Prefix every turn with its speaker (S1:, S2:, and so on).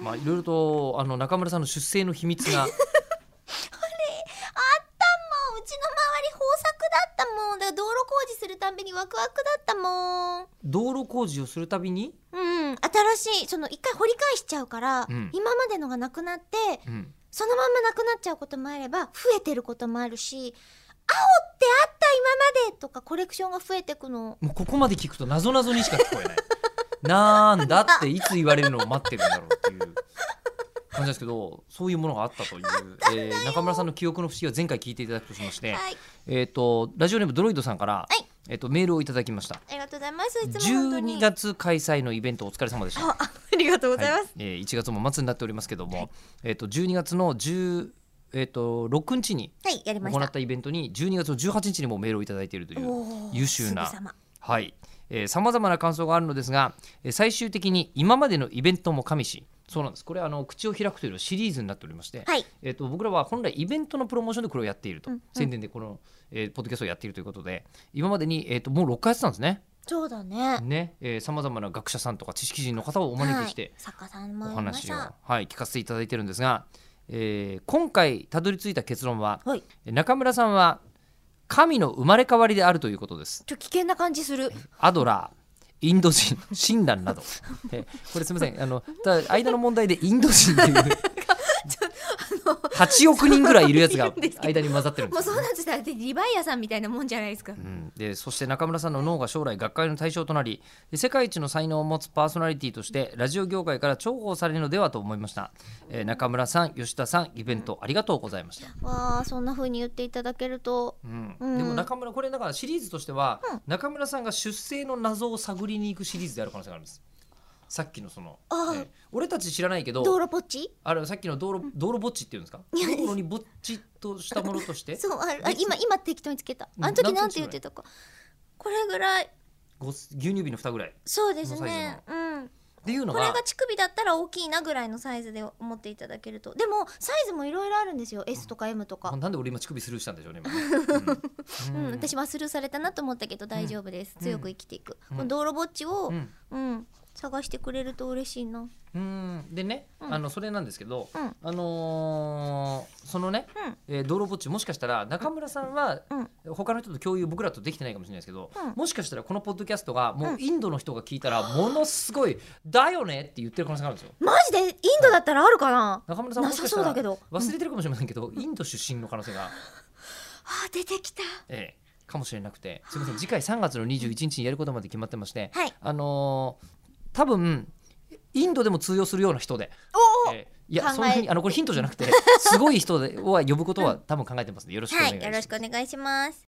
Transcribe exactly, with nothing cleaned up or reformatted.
S1: まあいろいろとあの中村さんの出生の秘密が
S2: あれあったもん、うちの周り豊作だったもん。だから道路工事するたびにワクワクだったもん。
S1: 道路工事をするたびに、
S2: うん、新しいその一回掘り返しちゃうから、
S1: うん、
S2: 今までのがなくなって、うん、そのまんまなくなっちゃうこともあれば増えてることもあるし、青ってあった今までとかコレクションが増えてくの。
S1: もうここまで聞くと謎々にしか聞こえないなんだっていつ言われるのを待ってるんだろうっていう感じですけど、そういうものがあったという、えー、中村さんの記憶の不思議は前回聞いていただくとしまして、はい、えー、とラジオネームドロイドさんから、はい、えー、とメールをいただきました。
S2: ありがとうございます。いつも
S1: じゅうにがつ開催のイベントお疲れ様でした。
S2: あ, ありがとうございます、はい、
S1: えー、いちがつも末になっておりますけども、はい、えー、とじゅうにがつの10えー、とろくにちに行ったイベントにじゅうにがつのじゅうはちにちにもメールをいただいているという優秀な、はいさまざまな感想があるのですが、えー、最終的に今までのイベントも加味し、そうなんです、これはあの口を開くというシリーズになっておりまして、はい、えー、と僕らは本来イベントのプロモーションでこれをやっていると、うんうん、宣伝でこの、えー、ポッドキャストをやっているということで、今までに、えー、ともうろっかいやってたんですね。
S2: そうだね
S1: ね、えー、さまざまな学者さんとか知識人の方をお招きして、はい、
S2: 作家さんも
S1: お話を、はい、聞かせていただいているんですが、えー、今回たどり着いた結論は、はい、中村さんは神の生まれ変わりであるということです。
S2: ちょっと危険な感じする。
S1: アドラー、インド人、親鸞などえこれすみません、あの間の問題でインド人っていうはちおくにんぐらいいるやつが間に混ざってるんです、
S2: もうそうなんですよ。リヴァイアさんみたいなもんじゃないですか、
S1: うん、でそして中村さんの脳が将来学会の対象となり、世界一の才能を持つパーソナリティとしてラジオ業界から重宝されるのではと思いました、えー、中村さん、吉田さん、イベントありがとうございました。
S2: わあ、そんな風に言っていただけると、
S1: うんうん、でも中村、これだからシリーズとしては、うん、中村さんが出生の謎を探りに行くシリーズである可能性があるんです。さっきのその、えー、俺たち知らないけど
S2: 道路ぼっち、
S1: あれさっきの道路、道路ぼっちっていうんですか、道路にぼっちとしたものとして
S2: そう、ああ今今適当につけた。あの時なんて言ってたか、これぐらい、
S1: 牛乳瓶の蓋ぐらい、
S2: そうですね、うん、
S1: っていうのが
S2: これが乳首だったら大きいなぐらいのサイズで思っていただけると。でもサイズもいろいろあるんですよ、 S とか エム とか。
S1: なんで俺今乳首スルーしたんでしょうね、今ね
S2: うんうん、私はスルーされたなと思ったけど大丈夫です、うん、強く生きていく、うん、この道路ぼっちを、うんうん、探してくれると嬉しいな。
S1: うんでね、うん、あのそれなんですけど、うん、あのー、そのね、うん、えー、道路ぼっちもしかしたら中村さんは、うん、他の人と共有僕らとできてないかもしれないですけど、うん、もしかしたらこのポッドキャストがもうインドの人が聞いたらものすごいだよねって言ってる可能性があるんですよ。
S2: マジでインドだったらあるかな、
S1: 中村さんもしかしたら忘れてるかもしれませんけど、うん、インド出身の可能性が
S2: あ出てきた、
S1: ええ、かもしれなくて、すみません、次回さんがつのにじゅういちにちにやることまで決まってまして、はい、あのー、多分インドでも通用するような人で、えー、いやそのにあのこれヒントじゃなくてすごい人では呼ぶことは多分考えてますので、よろしくお願いします。
S2: はい、よろしくお願いします。